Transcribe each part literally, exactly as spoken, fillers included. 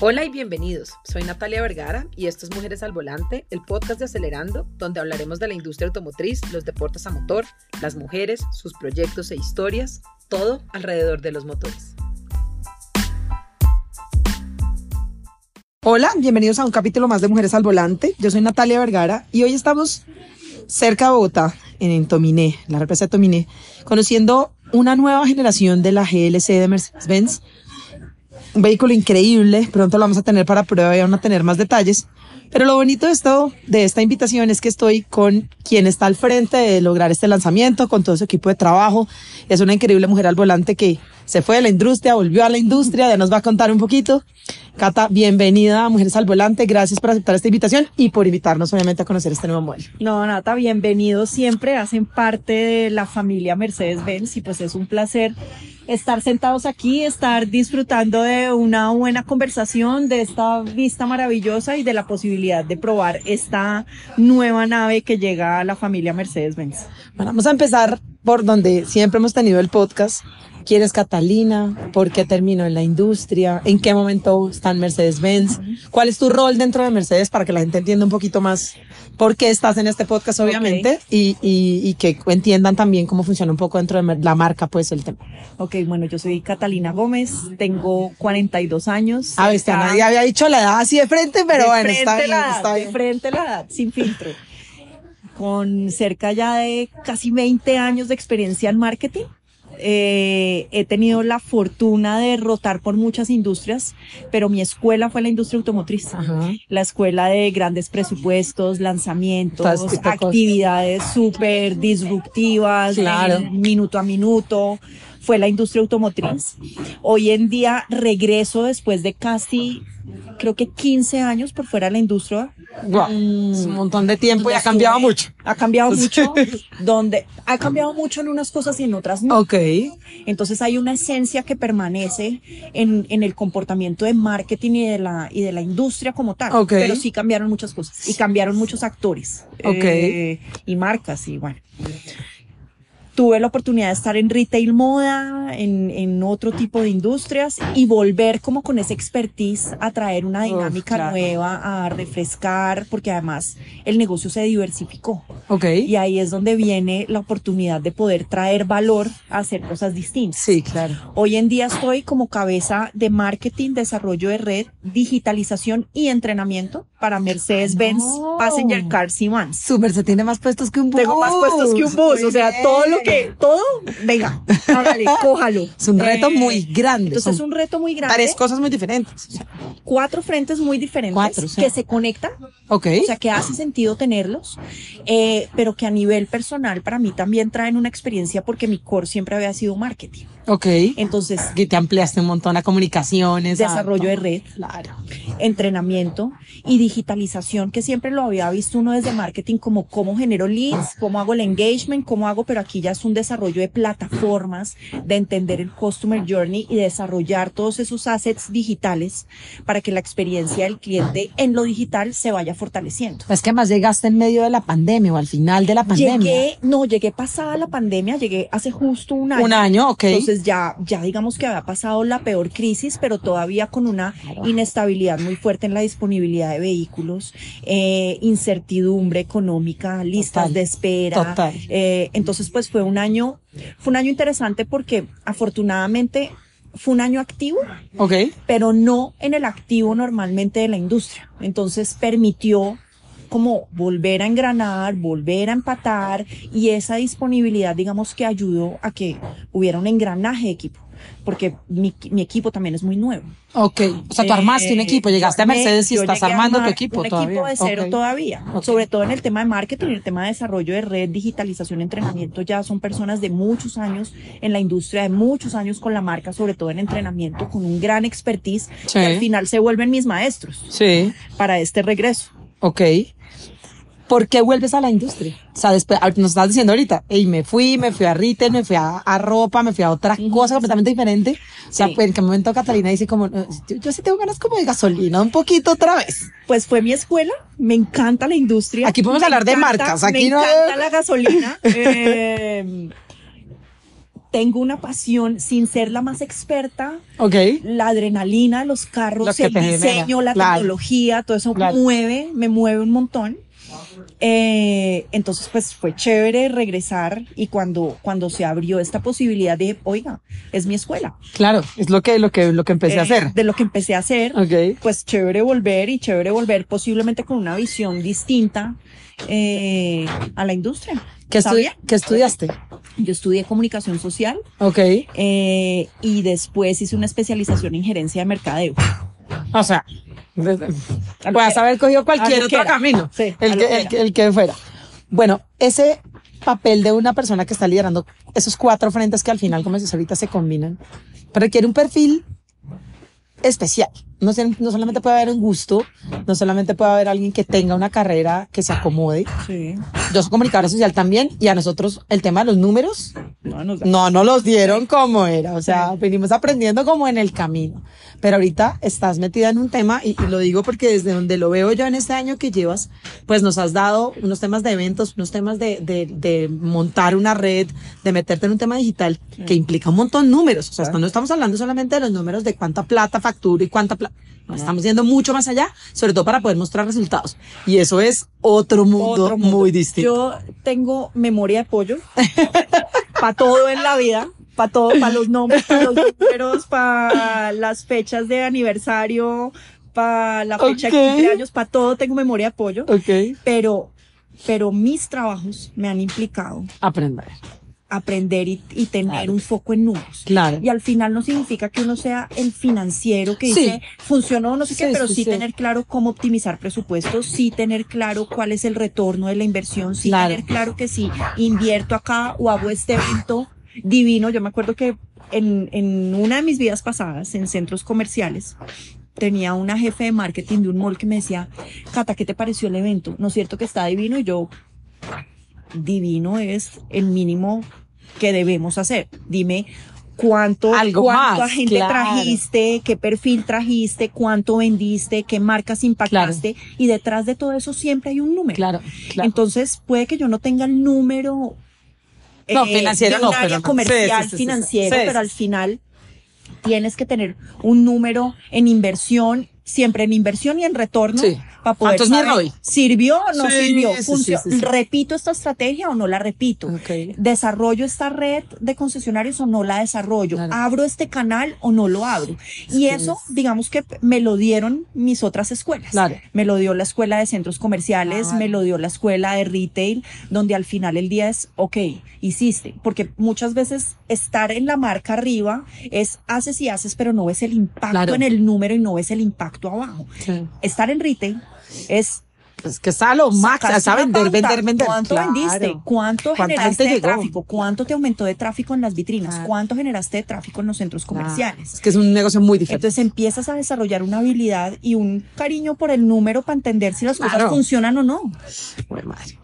Hola y bienvenidos, soy Natalia Vergara y esto es Mujeres al Volante, el podcast de Acelerando, donde hablaremos de la industria automotriz, los deportes a motor, las mujeres, sus proyectos e historias, todo alrededor de los motores. Hola, bienvenidos a un capítulo más de Mujeres al Volante. Yo soy Natalia Vergara y hoy estamos cerca de Bogotá, en Tominé, la represa de Tominé, conociendo una nueva generación de la G L C de Mercedes-Benz. Un vehículo increíble, pronto lo vamos a tener para prueba y van a tener más detalles. Pero lo bonito de esto, de esta invitación es que estoy con quien está al frente de lograr este lanzamiento, con todo su equipo de trabajo. Es una increíble mujer al volante que se fue de la industria, volvió a la industria, ya nos va a contar un poquito. Cata, bienvenida a Mujeres al Volante, gracias por aceptar esta invitación y por invitarnos obviamente a conocer este nuevo modelo. No, Nata, bienvenidos siempre, hacen parte de la familia Mercedes-Benz y pues es un placer estar sentados aquí, estar disfrutando de una buena conversación, de esta vista maravillosa y de la posibilidad de probar esta nueva nave que llega a la familia Mercedes-Benz. Bueno, vamos a empezar por donde siempre hemos tenido el podcast. ¿Quién es Catalina? ¿Por qué terminó en la industria? ¿En qué momento está en Mercedes-Benz? ¿Cuál es tu rol dentro de Mercedes para que la gente entienda un poquito más por qué estás en este podcast, obviamente, okay. y, y, y que entiendan también cómo funciona un poco dentro de la marca, pues, el tema? Ok, bueno, yo soy Catalina Gómez, tengo cuarenta y dos años. A ver, nadie había dicho la edad así de frente, pero de bueno, frente está bien, la edad, está bien. De frente la edad, sin filtro. Con cerca ya de casi veinte años de experiencia en marketing. Eh, he tenido la fortuna de rotar por muchas industrias, pero mi escuela fue la industria automotriz. Ajá. La escuela de grandes presupuestos, lanzamientos, actividades súper disruptivas, claro. Minuto a minuto, fue la industria automotriz. Hoy en día regreso después de casi, creo que quince años por fuera de la industria. Wow, mm, es un montón de tiempo y ha cambiado mucho. Ha cambiado mucho, donde ha cambiado mucho en unas cosas y en otras no. Ok. Entonces hay una esencia que permanece en, en el comportamiento de marketing y de la, y de la industria como tal. Okay. Pero sí cambiaron muchas cosas y cambiaron muchos actores. Ok. Eh, y marcas y bueno. Tuve la oportunidad de estar en retail moda, en, en otro tipo de industrias y volver como con esa expertise a traer una dinámica Uf, claro. nueva, a refrescar, porque además el negocio se diversificó. Okay. Y ahí es donde viene la oportunidad de poder traer valor a hacer cosas distintas. Sí, claro. Hoy en día estoy como cabeza de marketing, desarrollo de red, digitalización y entrenamiento para Mercedes-Benz no. Passenger Cars y Vans. Su Mercedes tiene más puestos que un bus. Tengo más puestos que un bus, muy o sea, bien. todo lo que, todo, venga, hágale, cójalo. Es un reto eh, muy grande. Entonces Son es un reto muy grande. Tres cosas muy diferentes. O sea, cuatro frentes muy diferentes cuatro, o sea. que se conectan. Ok. O sea, que hace sentido tenerlos, eh, pero que a nivel personal para mí también traen una experiencia porque mi core siempre había sido marketing. Ok. Entonces. Que te ampliaste un montón a comunicaciones. Desarrollo a... de red. Claro. Entrenamiento y digitalización, que siempre lo había visto uno desde marketing como cómo genero leads, cómo hago el engagement, cómo hago, pero aquí ya es un desarrollo de plataformas, de entender el customer journey y desarrollar todos esos assets digitales para que la experiencia del cliente en lo digital se vaya fortaleciendo. Es que además llegaste en medio de la pandemia o al final de la pandemia. Llegué, no, llegué pasada la pandemia, llegué hace justo un año. Un año, ok. Entonces ya, ya digamos que había pasado la peor crisis, pero todavía con una claro. inestabilidad muy fuerte en la disponibilidad de vehículos, eh, incertidumbre económica, listas Total. de espera. Total. Eh, entonces pues fue un año, fue un año interesante porque afortunadamente fue un año activo, okay. pero no en el activo normalmente de la industria. Entonces permitió como volver a engranar, volver a empatar y esa disponibilidad, digamos que ayudó a que hubiera un engranaje de equipo, porque mi, mi equipo también es muy nuevo. Ok, o sea, tú armaste eh, un equipo, llegaste a Mercedes y estás armando tu equipo un todavía. Un equipo de cero okay. todavía, okay. sobre todo en el tema de marketing, en el tema de desarrollo de red, digitalización, entrenamiento, ya son personas de muchos años en la industria, de muchos años con la marca, sobre todo en entrenamiento, con un gran expertise, sí. que al final se vuelven mis maestros sí. para este regreso. Ok. ¿Por qué vuelves a la industria? O sea, después, nos estás diciendo ahorita, hey, me fui, me fui a retail, me fui a, a ropa, me fui a otra uh-huh. cosa completamente diferente. O sea, sí. pues, en qué momento Catalina dice como, yo, yo sí tengo ganas como de gasolina, un poquito otra vez. Pues fue mi escuela, me encanta la industria. Aquí podemos hablar encanta, de marcas, aquí me no. Me encanta la gasolina. eh, tengo una pasión sin ser la más experta. Ok. La adrenalina de los carros, Lo que el te diseño, genera. la Claro. tecnología, todo eso Claro. mueve, me mueve un montón. Eh, entonces, pues fue chévere regresar y cuando, cuando se abrió esta posibilidad de, oiga, es mi escuela. Claro, es lo que, lo que, lo que empecé Eh, a hacer. De lo que empecé a hacer, Ok. pues chévere volver y chévere volver posiblemente con una visión distinta eh, a la industria. ¿Qué, ¿Está estudi- bien? ¿Qué estudiaste? Yo estudié comunicación social Ok. eh, y después hice una especialización en gerencia de mercadeo. O sea, A lo puedas que- haber cogido a cualquier lo que otro era. camino. Sí, a el, lo que, que el, era. que, el que fuera. Bueno, ese papel de una persona que está liderando esos cuatro frentes que al final, como dices ahorita, se combinan, requiere un perfil especial. No, se- no solamente puede haber un gusto, no solamente puede haber alguien que tenga una carrera que se acomode. Sí. Yo soy comunicadora social también y a nosotros el tema de los números No, nos da- no no los dieron como era, o sea, Sí. venimos aprendiendo como en el camino. Pero ahorita estás metida en un tema y, y lo digo porque desde donde lo veo yo en este año que llevas, pues nos has dado unos temas de eventos, unos temas de, de, de montar una red, de meterte en un tema digital que implica un montón de números. O sea, Claro. no estamos hablando solamente de los números de cuánta plata factura y cuánta plata. No, estamos yendo mucho más allá, sobre todo para poder mostrar resultados. Y eso es otro mundo, Otro mundo. muy distinto. Yo tengo memoria de pollo para todo en la vida, para todo, para los nombres, para los números, para las fechas de aniversario, para la fecha Ok. de cumpleaños, para todo tengo memoria de pollo, Ok. pero, pero mis trabajos me han implicado Aprender. aprender y, y tener Claro. un foco en números. Claro. Y al final no significa que uno sea el financiero que Sí. dice funcionó no sé qué, Sí, pero sí, sí, sí. tener claro cómo optimizar presupuestos, sí tener claro cuál es el retorno de la inversión, sí Claro. tener claro que si invierto acá o hago este evento divino. Yo me acuerdo que en, en una de mis vidas pasadas en centros comerciales tenía una jefe de marketing de un mall que me decía, Cata, ¿qué te pareció el evento? ¿No es cierto que está divino? Y yo, divino es el mínimo que debemos hacer. Dime cuánto, Algo cuánta más, gente claro. trajiste, qué perfil trajiste, cuánto vendiste, qué marcas impactaste. Y detrás de todo eso siempre hay un número. Claro, claro. Entonces puede que yo no tenga el número No, financiero de un no, área pero no. comercial, Sí, sí, sí, sí, financiero, sí, sí, pero sí. al final tienes que tener un número en inversión, siempre en inversión y en retorno, Sí. para poder ¿Cuánto es mi saber, R O I? ¿sirvió o no Sí, sirvió? sí, sí, Funcio- sí, sí. ¿Repito esta estrategia o no la repito? Ok. ¿Desarrollo esta red de concesionarios o no la desarrollo? Claro. ¿Abro este canal o no lo abro? Es Y que eso, es- digamos que me lo dieron mis otras escuelas. Claro. Me lo dio la escuela de centros comerciales, Claro. me lo dio la escuela de retail, donde al final el día es, ok, hiciste. Porque muchas veces estar en la marca arriba es haces y haces, pero no ves el impacto Claro. en el número y no ves el impacto abajo. Sí. Estar en retail es Es que está a lo máximo, sacaste está una vender, pauta. vender, vender. ¿Cuánto Claro. vendiste? ¿Cuánto ¿Cuánta generaste gente de llegó? tráfico? ¿Cuánto te aumentó de tráfico en las vitrinas? Claro. ¿Cuánto generaste de tráfico en los centros Claro. comerciales? Es que es un negocio muy diferente. Entonces empiezas a desarrollar una habilidad y un cariño por el número para entender si las Claro. cosas funcionan o no. Jue madre.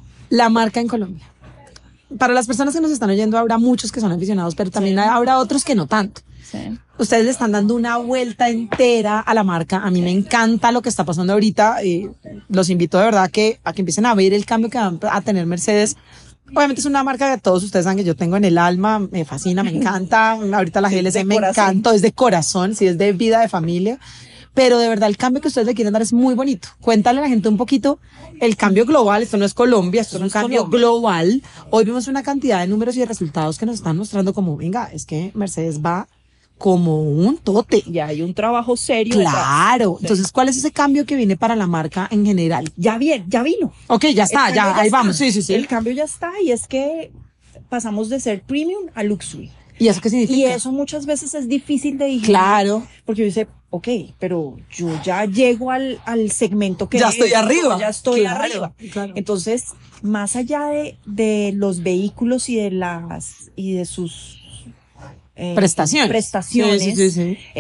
La marca en Colombia. Para las personas que nos están oyendo, habrá muchos que son aficionados, pero también Sí. habrá otros que no tanto. Sí. Ustedes le están dando una vuelta entera a la marca. A mí me encanta lo que está pasando ahorita. Y los invito de verdad a que, a que empiecen a ver el cambio que van a tener Mercedes. Obviamente es una marca que todos ustedes saben que yo tengo en el alma, me fascina, me encanta. Ahorita la G L C De me corazón. encanta, es de corazón, sí, es de vida, de familia. Pero de verdad el cambio que ustedes le quieren dar es muy bonito. Cuéntale a la gente un poquito el cambio global. Esto no es Colombia, esto, Esto es no un es cambio Colombia. global. Hoy vimos una cantidad de números y de resultados que nos están mostrando como, venga, es que Mercedes va como un tote. Ya hay un trabajo serio. detrás. Claro. Entonces, ¿cuál es ese cambio que viene para la marca en general? Ya bien, ya vino. Ok, ya está, El ya, cambio ahí está. vamos. Sí, sí, sí. El cambio ya está y es que pasamos de ser premium a luxury. ¿Y eso qué significa? Y eso muchas veces es difícil de digerir. Claro. Porque dice, ok, pero yo ya llego al, al segmento que Ya es, estoy arriba. Ya estoy Claro, arriba. claro. Entonces, más allá de, de los vehículos y de las y de sus eh, Prestaciones. prestaciones Sí, sí, sí, sí. es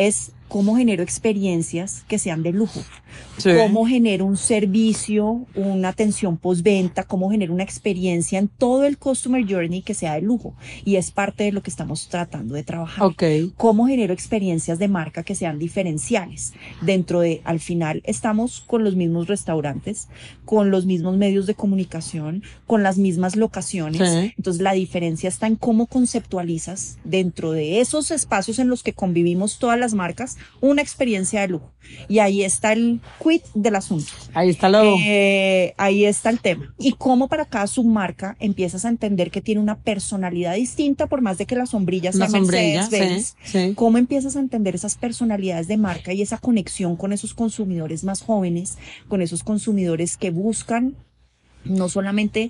cómo genero experiencias que sean de lujo, Sí. cómo genero un servicio, una atención postventa, cómo genero una experiencia en todo el customer journey que sea de lujo. Y es parte de lo que estamos tratando de trabajar. Ok. Cómo genero experiencias de marca que sean diferenciales. Dentro de, al final, estamos con los mismos restaurantes, con los mismos medios de comunicación, con las mismas locaciones. Sí. Entonces, la diferencia está en cómo conceptualizas dentro de esos espacios en los que convivimos todas las marcas una experiencia de lujo. Y ahí está el quid del asunto. Ahí está lo... Eh, ahí está el tema. Y cómo para cada submarca empiezas a entender que tiene una personalidad distinta, por más de que la sombrilla sea Una sombrilla, Mercedes-Benz. sí, sí. Cómo empiezas a entender esas personalidades de marca y esa conexión con esos consumidores más jóvenes, con esos consumidores que buscan no solamente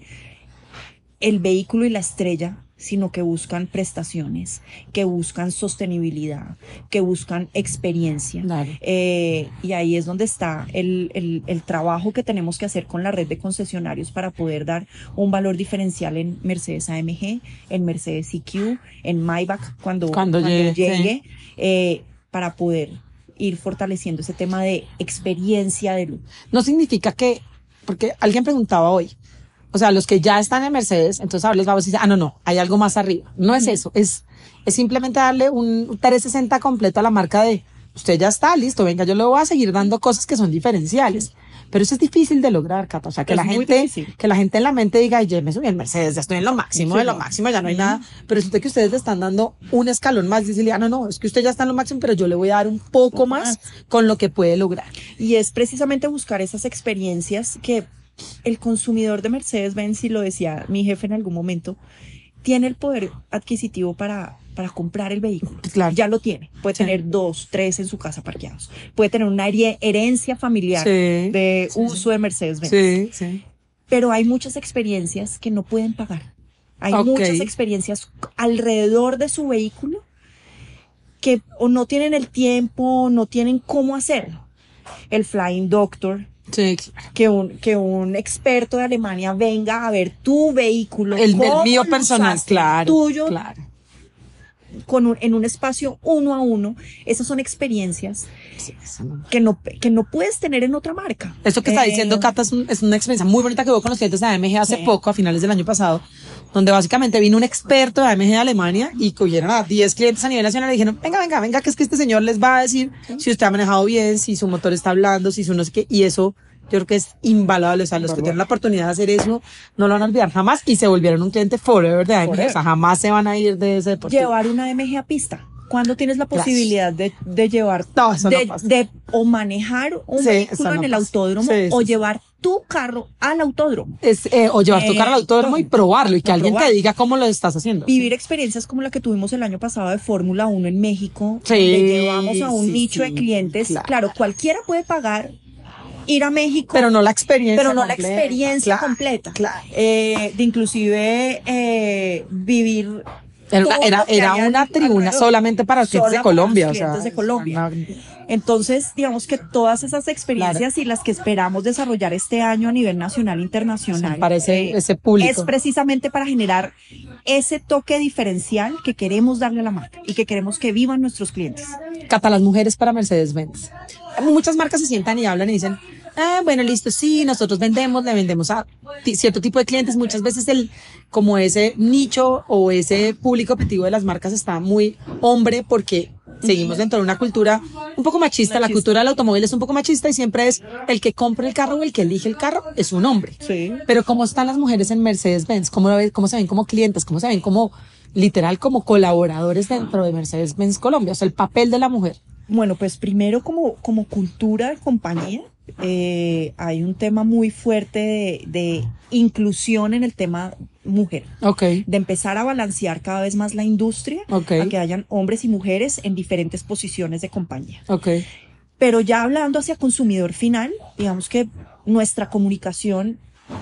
el vehículo y la estrella, sino que buscan prestaciones, que buscan sostenibilidad, que buscan experiencia. Claro. Eh, y ahí es donde está el, el, el trabajo que tenemos que hacer con la red de concesionarios para poder dar un valor diferencial en Mercedes A M G, en Mercedes E Q, en Maybach cuando, Cuando cuando llegue, llegue, eh, para poder ir fortaleciendo ese tema de experiencia de lujo. No significa que, porque alguien preguntaba hoy, o sea, los que ya están en Mercedes, entonces ahora les vamos a decir, ah, no, no, hay algo más arriba. No es eso, es, es simplemente darle un trescientos sesenta completo a la marca de, usted ya está, listo, venga, yo le voy a seguir dando cosas que son diferenciales. Pero eso es difícil de lograr, Cata. O sea, que Es la muy gente, difícil. que la gente en la mente diga, ya me subí en Mercedes, ya estoy en lo máximo Sí, de lo no. máximo, ya no hay nada. Pero resulta que ustedes le están dando un escalón más. Dice, ah, no, no, es que usted ya está en lo máximo, pero yo le voy a dar un poco Poco más más. con lo que puede lograr. Y es precisamente buscar esas experiencias que el consumidor de Mercedes-Benz, y lo decía mi jefe en algún momento, tiene el poder adquisitivo para, para comprar el vehículo. Claro. Ya lo tiene. Puede Sí. tener dos, tres en su casa parqueados. Puede tener una herie- herencia familiar Sí. de Sí, uso de Mercedes-Benz. Sí, sí. Pero hay muchas experiencias que no pueden pagar. Hay Ok. muchas experiencias alrededor de su vehículo que o no tienen el tiempo, o no tienen cómo hacerlo. El Flying Doctor, Sí, que un, que un experto de Alemania venga a ver tu vehículo. el del cómo mío lo personal, usaste, claro. tuyo, Claro. con un, en un espacio uno a uno. Esas son experiencias Sí, eso no. que no, que no puedes tener en otra marca. Esto que está Eh, diciendo Cata es, un- es una experiencia muy bonita que hubo con los clientes de A M G hace Sí. poco, a finales del año pasado, donde básicamente vino un experto de A M G de Alemania y cogieron a diez clientes a nivel nacional y dijeron, venga, venga, venga, que es que este señor les va a decir si usted ha manejado bien, si su motor está hablando, si su no sé qué, y eso yo creo que es invaluable. O sea, los que tienen la oportunidad de hacer eso no lo van a olvidar jamás y se volvieron un cliente forever de A M G, Forever. o sea, jamás se van a ir de ese deportivo. Llevar una A M G a pista. ¿Cuándo tienes la Gracias. posibilidad de, de llevar, No, eso no de, pasa. de o manejar un Sí, vehículo eso no en el pasa. autódromo Sí, sí, o sí. llevar tu carro al autódromo? Es, eh, o llevar tu Eh, carro al autódromo y no. probarlo y que No, alguien te probar. diga cómo lo estás haciendo. Vivir experiencias como la que tuvimos el año pasado de Fórmula uno en México, Sí, donde llevamos a un sí, nicho sí, de clientes. claro. Claro. cualquiera puede pagar ir a México, Pero no la experiencia pero no la completa. experiencia Claro, completa. claro. Eh, de inclusive eh, vivir. Era, una- todo era, lo que era hay una al- tribuna alrededor. solamente para los clientes Sola de para los Colombia. O sea, clientes de Colombia. una- Entonces, digamos que todas esas experiencias y las que esperamos desarrollar este año a nivel nacional e internacional, Sí, para ese- eh, ese público. es precisamente para generar ese toque diferencial que queremos darle a la marca y que queremos que vivan nuestros clientes. Cata, las mujeres para Mercedes-Benz. Muchas marcas se sientan y hablan y dicen, ah, bueno, listo, sí, nosotros vendemos, le vendemos a ti- cierto tipo de clientes. Muchas veces el, como ese nicho o ese público objetivo de las marcas está muy hombre porque seguimos dentro de una cultura un poco machista. La Machista. cultura del automóvil es un poco machista y siempre es el que compra el carro o el que elige el carro es un hombre. Sí. Pero ¿cómo están las mujeres en Mercedes-Benz? ¿Cómo, lo ves? ¿Cómo se ven como clientes? ¿Cómo se ven como literal como colaboradores dentro de Mercedes-Benz Colombia? O sea, el papel de la mujer. Bueno, pues primero como, como cultura de compañía, eh, hay un tema muy fuerte de, de inclusión en el tema mujer. Ok. De empezar a balancear cada vez más la industria, Ok. a que hayan hombres y mujeres en diferentes posiciones de compañía. Ok. Pero ya hablando hacia consumidor final, digamos que nuestra comunicación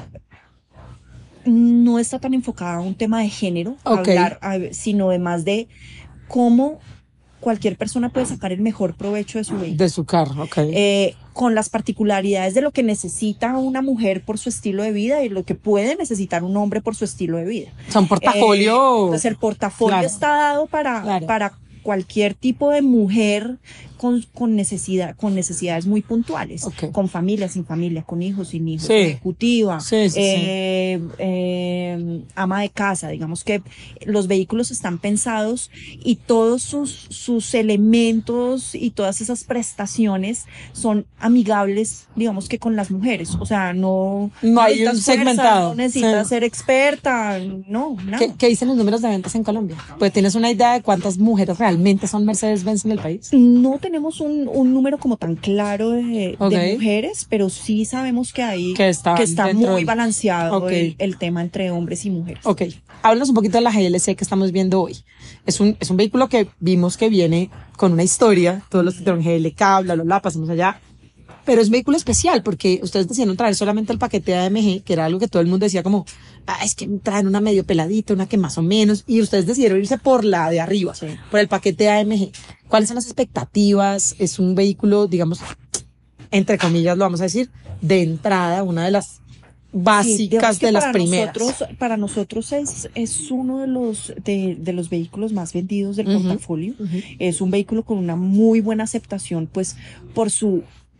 no está tan enfocada a un tema de género, Ok. hablar, a- sino de más de cómo cualquier persona puede sacar el mejor provecho de su vehículo. De su carro, ok. Eh, con las particularidades de lo que necesita una mujer por su estilo de vida y lo que puede necesitar un hombre por su estilo de vida. o sea, un portafolio. Eh, entonces el portafolio Claro. está dado para, Claro. para cualquier tipo de mujer con, con necesidad, con necesidades muy puntuales, Okay. con familia, sin familia, con hijos, sin hijos, Sí. ejecutiva, Sí, sí, eh, eh, ama de casa. Digamos que los vehículos están pensados y todos sus, sus elementos y todas esas prestaciones son amigables, digamos que con las mujeres. O sea, no, No hay necesitas un fuerza, segmentado. no necesitas Sí. ser experta, no, nada. ¿Qué, ¿Qué dicen los números de ventas en Colombia? Pues tienes una idea de cuántas mujeres realmente son Mercedes-Benz en el país. No tenemos un, un número como tan claro de, Ok. de mujeres, pero sí sabemos que hay Que está que está dentro muy del- balanceado Ok. el, el tema entre hombres y mujeres. Ok, háblanos un poquito de la G L C que estamos viendo hoy. Es un, es un vehículo que vimos que viene con una historia, todos los que tuvieron G L K, bla, bla, bla, pasamos allá. Pero es un vehículo especial porque ustedes decidieron traer solamente el paquete A M G, que era algo que todo el mundo decía como, ah, es que traen una medio peladita, una que más o menos, y ustedes decidieron irse por la de arriba, Sí. por el paquete A M G. ¿Cuáles son las expectativas? Es un vehículo, digamos, entre comillas, lo vamos a decir, de entrada, una de las básicas Sí, digamos que de las para primeras. Nosotros, para nosotros es, es uno de los, de, de los vehículos más vendidos del Ujú. portafolio. Ujú. Es un vehículo con una muy buena aceptación, pues, por su,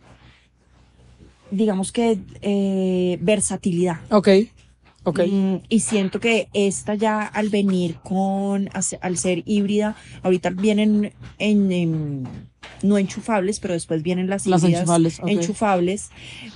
digamos que, eh, versatilidad. Ok, ok. Mm, y siento que esta ya al venir con, as- al ser híbrida, ahorita vienen en, en- no enchufables, pero después vienen las Las híbridas enchufables, ok. enchufables.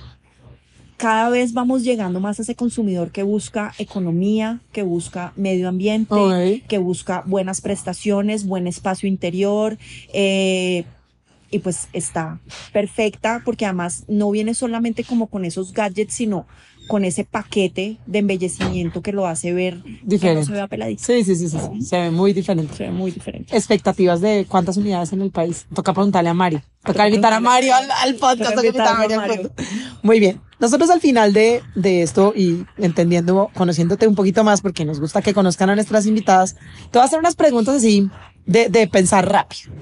Cada vez vamos llegando más a ese consumidor que busca economía, que busca medio ambiente, Ok. que busca buenas prestaciones, buen espacio interior, eh, y pues está perfecta porque además no viene solamente como con esos gadgets, sino con ese paquete de embellecimiento que lo hace ver que no Diferente. se vea peladito. Sí, sí, sí, sí, sí. Se ve muy diferente. Se ve muy diferente. Expectativas de cuántas unidades en el país. Toca preguntarle a Mario. Toca, Toca invitar a preguntarle Mario al, al podcast. Toca Toca invitar a Mario invitarlo al a podcast. Muy bien. Nosotros al final de, de esto y entendiendo, conociéndote un poquito más, porque nos gusta que conozcan a nuestras invitadas, te voy a hacer unas preguntas así de, de pensar rápido.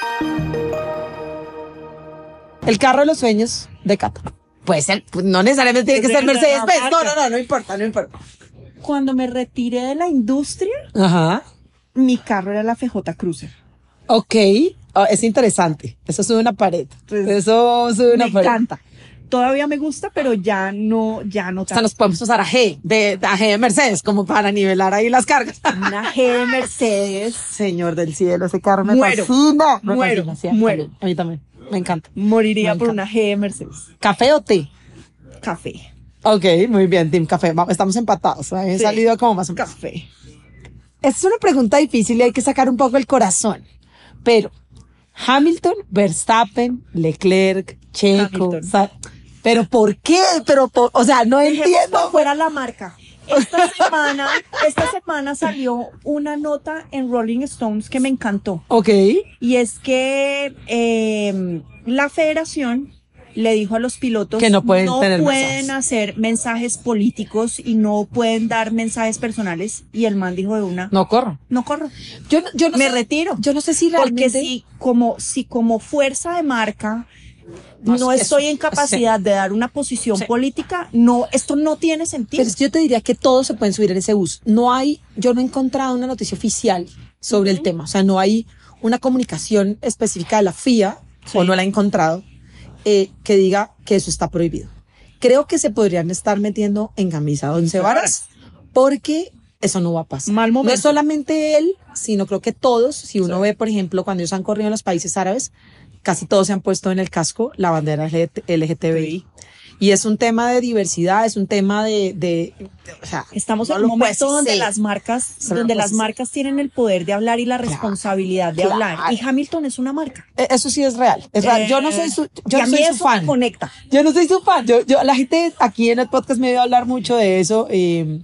El carro de los sueños de Cata. Puede ser, pues, no necesariamente tiene que ser Tiene que ser Mercedes-Benz. una No, marca. no, no, no importa, no importa. Cuando me retiré de la industria, Ajá. mi carro era la F J Cruiser. Ok, oh, es interesante. Eso sube una pared. Pues, Eso sube una Me pared. encanta. Todavía me gusta, pero ya no, ya no O sea, tanto. nos podemos usar a G, de, de a G de Mercedes, como para nivelar ahí las cargas. Una G de Mercedes. Señor del cielo, ese carro me Muero, fascina. Me muero, fascina, sí, muero. A mí también, me encanta. Moriría Me por encanta. una G de Mercedes. ¿Café o té? Café. Ok, muy bien, Team Café. Va- Estamos empatados. He Sí. salido como más o menos. Café. Esta es una pregunta difícil y hay que sacar un poco el corazón. Pero, Hamilton, Verstappen, Leclerc, Checo. Hamilton. Sa- ¿Pero por qué? Pero, por- o sea, no Dejemos entiendo. por fuera la marca. Esta semana, esta semana salió una nota en Rolling Stones que me encantó. Ok. Y es que eh, la federación le dijo a los pilotos Que no pueden tener pueden mensajes. hacer mensajes políticos y no pueden dar mensajes personales. Y el man dijo de una, no, No corro. corro, Yo, no- yo no me sé, retiro. Yo no sé si Porque realmente. si como, si como fuerza de marca No, no, eso- estoy en capacidad de dar una posición Sí. política, no, esto no tiene sentido. Pero es que yo te diría que todos se pueden subir en ese bus. No hay, yo no he encontrado una noticia oficial sobre el tema. O sea, no hay una comunicación específica de la F I A, Sí. o no la he encontrado, eh, que diga que eso está prohibido. Creo que se podrían estar metiendo en camisa de once varas, porque eso no va a pasar. Mal No momento. es solamente él, sino creo que todos, si uno ve, por ejemplo, cuando ellos han corrido en los países árabes, casi todos se han puesto en el casco la bandera L G T B I. Y es un tema de diversidad, es un tema de, de, de- o sea, Estamos no en lo un momento puedes donde hacer. las marcas, Eso no donde lo las puedes marcas tienen el poder de hablar y la Claro, responsabilidad de claro. hablar. Y Hamilton es una marca. Eh, Eso sí es real, es real. Yo no soy su, yo y a no mí soy su eso fan. me conecta. Yo no soy su fan. Yo, yo, la gente aquí en el podcast me vio hablar mucho de eso. eh,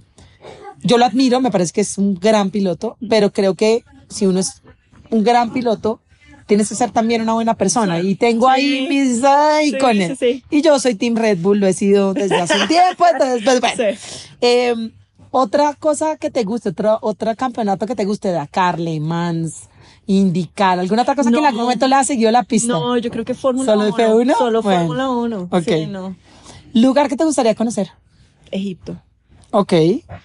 yo lo admiro, me parece que es un gran piloto, pero creo que si uno es un gran piloto, tienes que ser también una buena persona. Y tengo Sí. ahí mis ay, Sí, con sí, él. sí. Y yo soy Team Red Bull, lo he sido desde hace un tiempo. Entonces, pues, bueno. Sí. Eh, otra cosa que te guste, otro, otro campeonato que te guste, Dakar, Le Mans, IndyCar, alguna otra cosa que en No. algún momento le ha seguido la pista. No, yo creo que Fórmula ¿Solo uno. F uno? Solo Bueno. Fórmula uno. Ok. Sí, no. ¿Lugar que te gustaría conocer? Egipto. Ok.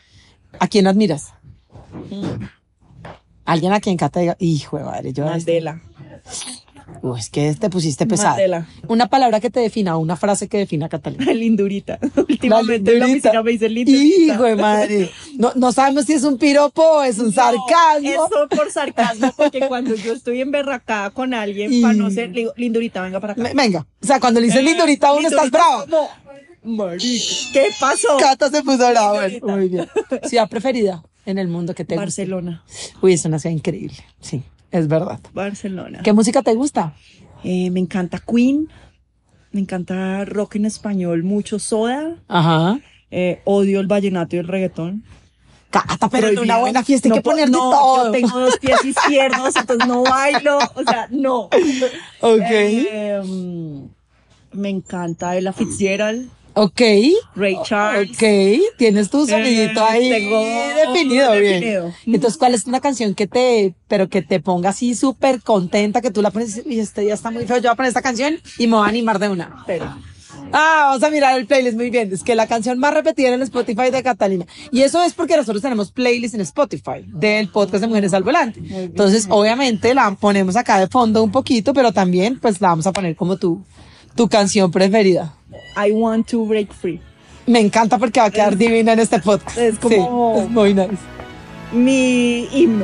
¿A quién admiras? Alguien a quien Cata diga, hijo de madre, yo a este- Mandela. Uy, es que te pusiste pesada. Matela. Una palabra que te defina, una frase que defina a Catalina. Lindurita. Últimamente en la lindurita. oficina me dicen lindurita. Hijo de madre. No, no sabemos si es un piropo o es un No, sarcasmo. eso por sarcasmo, porque cuando yo estoy emberracada con alguien, Y- para no ser, le digo, lindurita, venga para acá. Me- Venga, o sea, cuando le dices Eh, lindurita a uno estás lindurita, bravo. como, marica, ¿qué pasó? Cata se puso bravo. Bueno, Lindurita. muy bien. Ciudad preferida en el mundo que te gusta. Barcelona, Uy, es una ciudad increíble. Sí, es verdad. Barcelona. ¿Qué música te gusta? Eh, me encanta Queen, me encanta rock en español, mucho Soda, Ajá. eh, odio el vallenato y el reggaetón. Cata, pero en una Prohibido. buena fiesta hay No que po- ponerte no, todo. yo tengo dos pies izquierdos, entonces no bailo, o sea, no. Ok. Eh, mm, me encanta Ella Fitzgerald, Ok. Ray Charles. Ok. Tienes tu sonidito Eh, ahí tengo definido, bien. definido. Entonces, ¿cuál es una canción que te, pero que te ponga así súper contenta, que tú la pones y este día está muy feo, yo voy a poner esta canción y me voy a animar de una? Pero, Ah, vamos a mirar el playlist, muy bien. Es que la canción más repetida en el Spotify de Catalina. Y eso es porque nosotros tenemos playlist en Spotify del podcast de Mujeres al Volante. Entonces, obviamente la ponemos acá de fondo un poquito, pero también pues la vamos a poner como tu, tu canción preferida. I Want to Break Free. Me encanta porque va a quedar divina en este podcast. es como- Sí, es muy nice. Mi himno.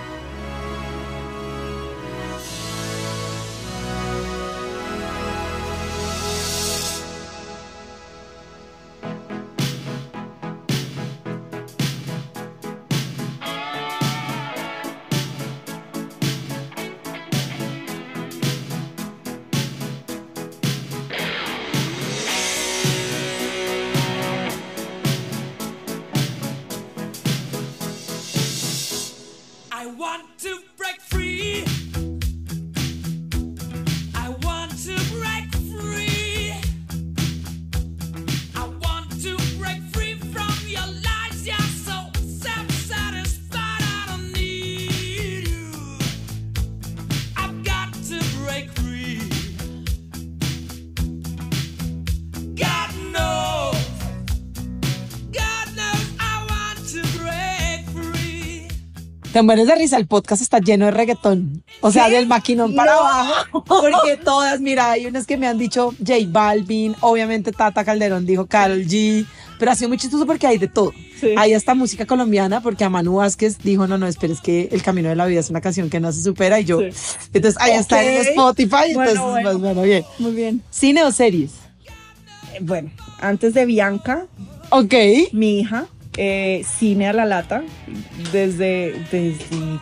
I want to break free. I want to break free. I want to break free from your lies. You're so self-satisfied. I don't need you. I've got to break free. God knows. God knows I want to break free. Te mueres de risa, el podcast está lleno de reggaetón. O sea, ¿Qué? del maquinón para No. abajo. Porque todas, mira, hay unas que me han dicho J Balvin, obviamente Tata Calderón dijo Karol G, pero ha sido muy chistoso porque hay de todo. Sí. Hay hasta música colombiana, porque a Manu Vázquez dijo, no, no, espera, es que El Camino de la Vida es una canción que no se supera, y yo, Sí. entonces ahí está en Ok. Spotify, Bueno, entonces, bueno. pues, bueno, bien. Muy bien. ¿Cine o series? Eh, Bueno, antes de Bianca, Ok. mi hija, eh, cine a la lata, desde, desde,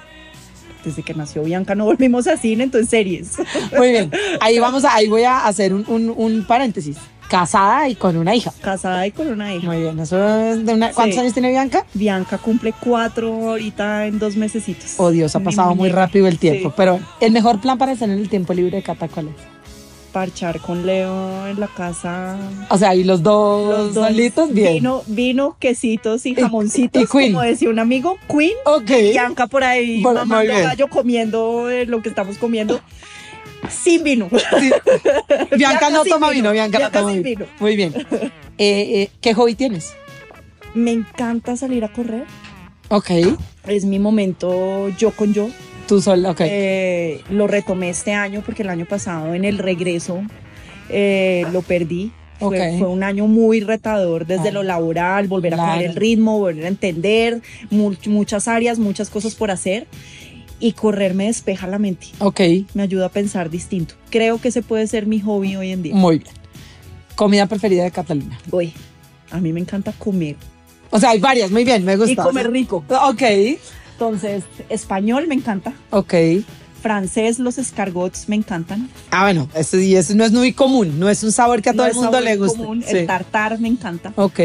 desde que nació Bianca no volvimos a cine, entonces series. Muy bien. Ahí vamos a, ahí voy a hacer un, un, un paréntesis. Casada y con una hija. Casada y con una hija. Muy bien, eso es de una, ¿cuántos Sí. años tiene Bianca? Bianca cumple cuatro ahorita en dos mesecitos. Oh Dios, ha Mi pasado muy muñeca. rápido el tiempo. Sí. Pero el mejor plan para estar en el tiempo libre de Cata, ¿cuál es? Parchar con Leo en la casa. O sea, y los dos, Los dos, solitos, bien. Vino, vino, quesitos y jamoncitos, y Queen. como decía un amigo, Queen. Ok. Bianca por ahí Bueno, muy mamando bien. gallo comiendo eh, lo que estamos comiendo sin vino. Sí. Bianca Bianca no sin toma vino. vino, Bianca no Bianca toma sin vino. vino. Muy bien. Eh, eh, ¿Qué hobby tienes? Me encanta salir a correr. Ok. Es mi momento yo con yo. Tú sola, ok. Eh, lo retomé este año porque el año pasado en el regreso eh, lo perdí. Fue, Ok. fue un año muy retador desde Claro. lo laboral, volver a Claro. coger el ritmo, volver a entender mu- muchas áreas, muchas cosas por hacer. Y correr me despeja la mente, Ok. me ayuda a pensar distinto. Creo que ese puede ser mi hobby hoy en día. Muy bien. Comida preferida de Catalina. Oye, a mí me encanta comer O sea, hay varias, muy bien, me gusta. y comer rico. Ok. Entonces, español me encanta, Ok. francés, los escargots me encantan. Ah, bueno, eso, y eso no es muy común, no es un sabor que a No todo el es mundo sabor le gusta. común, Sí. el tartar me encanta. Ok.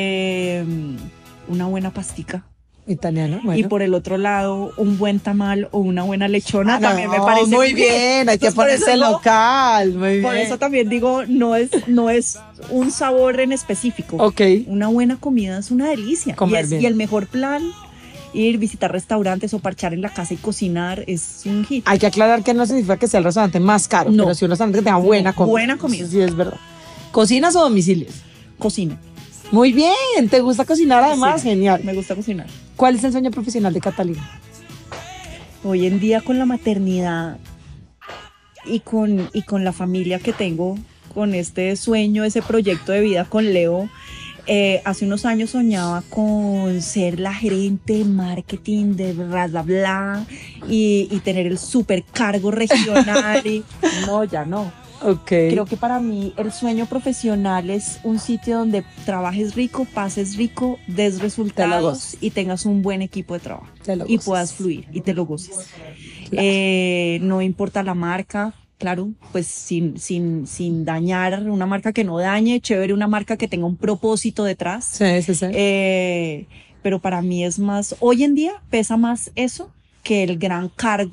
Eh, una buena pastica. Italiano, bueno. Y por el otro lado, un buen tamal o una buena lechona Ah, también me no, parece muy bien, hay que Entonces, por ponerse eso no- local, muy bien. Por eso también digo, no es, no es un sabor en específico. Ok. Una buena comida es una delicia. Comer y, es- bien. y el mejor plan, ir, visitar restaurantes o parchar en la casa y cocinar, es un hit. Hay que aclarar que no significa que sea el restaurante más caro, No. pero sí un restaurante que tenga buena comida. buena comida. Sí, es verdad. ¿Cocinas o domicilios? Cocina. Muy bien, ¿te gusta cocinar además? Sí, Genial. Me gusta cocinar. ¿Cuál es el sueño profesional de Catalina? Hoy en día con la maternidad y con, y con la familia que tengo, con este sueño, ese proyecto de vida con Leo. Eh, hace unos años soñaba con ser la gerente de marketing de bla bla bla y, y tener el supercargo regional y no, ya no. Okay. Creo que para mí el sueño profesional es un sitio donde trabajes rico, pases rico, des resultados y tengas un buen equipo de trabajo y puedas fluir y te lo goces. Claro. Eh, no importa la marca. Claro, pues sin, sin, sin dañar, una marca que no dañe, chévere una marca que tenga un propósito detrás. Sí, sí, sí. Eh, pero para mí es más, hoy en día pesa más eso que el gran cargo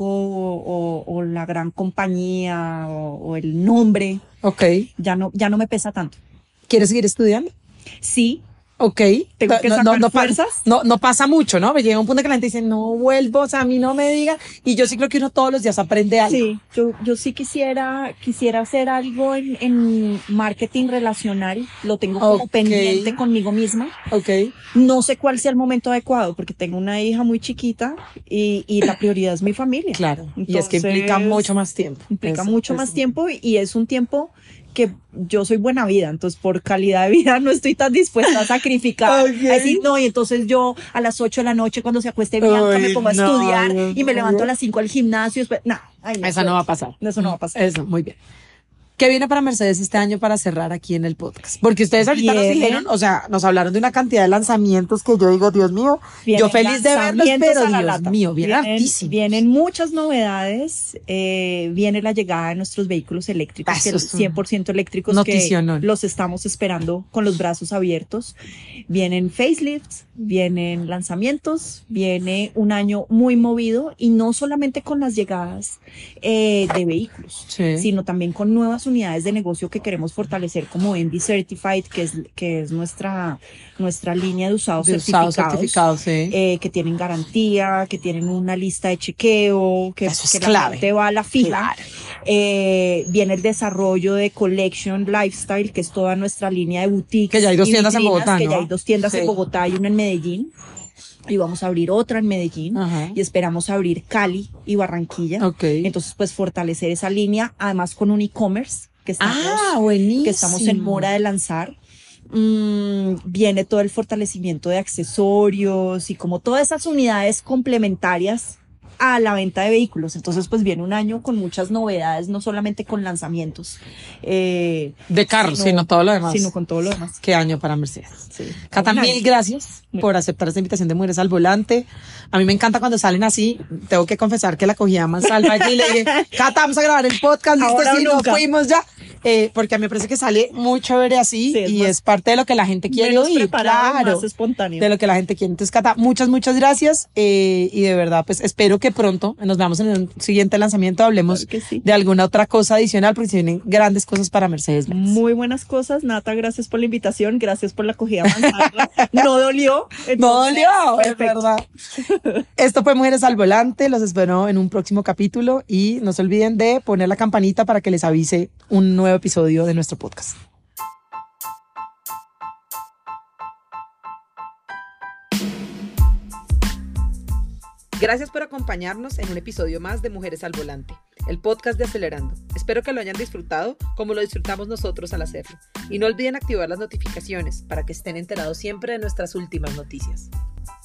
o, o, o la gran compañía o, o el nombre. Ok. Ya no, ya no me pesa tanto. ¿Quieres seguir estudiando? Sí. Ok. Tengo que sacar no, no, fuerzas. No, no pasa mucho, ¿no? Me llega un punto que la gente dice, no vuelvo, o sea, a mí no me digan. Y yo sí creo que uno todos los días aprende algo. Sí, yo, yo sí quisiera, quisiera hacer algo en, en marketing relacional. Lo tengo como Ok. pendiente conmigo misma. Ok. No sé cuál sea el momento adecuado porque tengo una hija muy chiquita y, y la prioridad es mi familia. Claro. Entonces, y es que implica mucho más tiempo. Implica Eso, mucho eso. más tiempo y, y es un tiempo que yo soy buena vida, entonces por calidad de vida no estoy tan dispuesta a sacrificar. Okay. A decir, no, y entonces yo a las ocho de la noche cuando se acueste Bianca Ay, me pongo a no, estudiar no, y me no. levanto a las cinco al gimnasio. Después, nah, ay, Eso no va a pasar. Eso no va a pasar. Eso, muy bien. ¿Qué viene para Mercedes este año para cerrar aquí en el podcast? Porque ustedes ahorita nos Viene- dijeron, o sea, nos hablaron de una cantidad de lanzamientos que yo digo, Dios mío, Vienen yo feliz de verlos, lanzamientos pero a la Dios lata. mío, vienen vienen, hartísimos. vienen muchas novedades. Eh, viene la llegada de nuestros vehículos eléctricos, Eso que es los un cien por ciento eléctricos, noticionón. que los estamos esperando con los brazos abiertos. Vienen facelifts, vienen lanzamientos, viene un año muy movido y no solamente con las llegadas eh, de vehículos, Sí. sino también con nuevas unidades de negocio que queremos fortalecer como N D Certified, que es, que es nuestra, nuestra línea de usados De usados certificados, certificados, sí. eh, que tienen garantía, que tienen una lista de chequeo, que, Eso es que la clave. gente va a la fila. Claro. Eh, viene el desarrollo de Collection Lifestyle, que es toda nuestra línea de boutiques. Que ya hay dos y tiendas en vitrinas, Bogotá, que ¿no? ya hay dos tiendas Sí. en Bogotá y una en Medellín. Y vamos a abrir otra en Medellín. Ajá. Y esperamos abrir Cali y Barranquilla. Ok. Entonces, pues fortalecer esa línea, además con un e-commerce que estamos, Ah, buenísimo. que estamos en mora de lanzar. Mm, viene todo el fortalecimiento de accesorios y como todas esas unidades complementarias a la venta de vehículos. Entonces, pues viene un año con muchas novedades, no solamente con lanzamientos. Eh, De carros, sino, todo lo demás. Sino con todo lo demás. Qué año para Mercedes. Sí. Cata, Un año. mil gracias por aceptar esta invitación de Mujeres al Volante. A mí me encanta cuando salen así. Tengo que confesar que la cogí a mansalva aquí y le dije, Cata, vamos a grabar el podcast. Listo, Ahora o sí, nos nunca. fuimos ya. Eh, porque a mí me parece que sale muy chévere así Sí, es y más- es parte de lo que la gente quiere Menos oír. preparado, Claro, más espontáneo. de lo que la gente quiere. Entonces, Cata, muchas, muchas gracias. Eh, y de verdad, pues espero que pronto nos veamos en el siguiente lanzamiento. Hablemos Claro que sí. de alguna otra cosa adicional porque se vienen grandes cosas para Mercedes. Muy buenas cosas, Nata, gracias por la invitación, gracias por la acogida mansalva. No dolió. No entonces, dolió, es perfecto. verdad. Esto fue Mujeres al Volante. Los espero en un próximo capítulo y no se olviden de poner la campanita para que les avise un nuevo episodio de nuestro podcast. Gracias por acompañarnos en un episodio más de Mujeres al Volante, el podcast de Acelerando. Espero que lo hayan disfrutado como lo disfrutamos nosotros al hacerlo. Y no olviden activar las notificaciones para que estén enterados siempre de nuestras últimas noticias.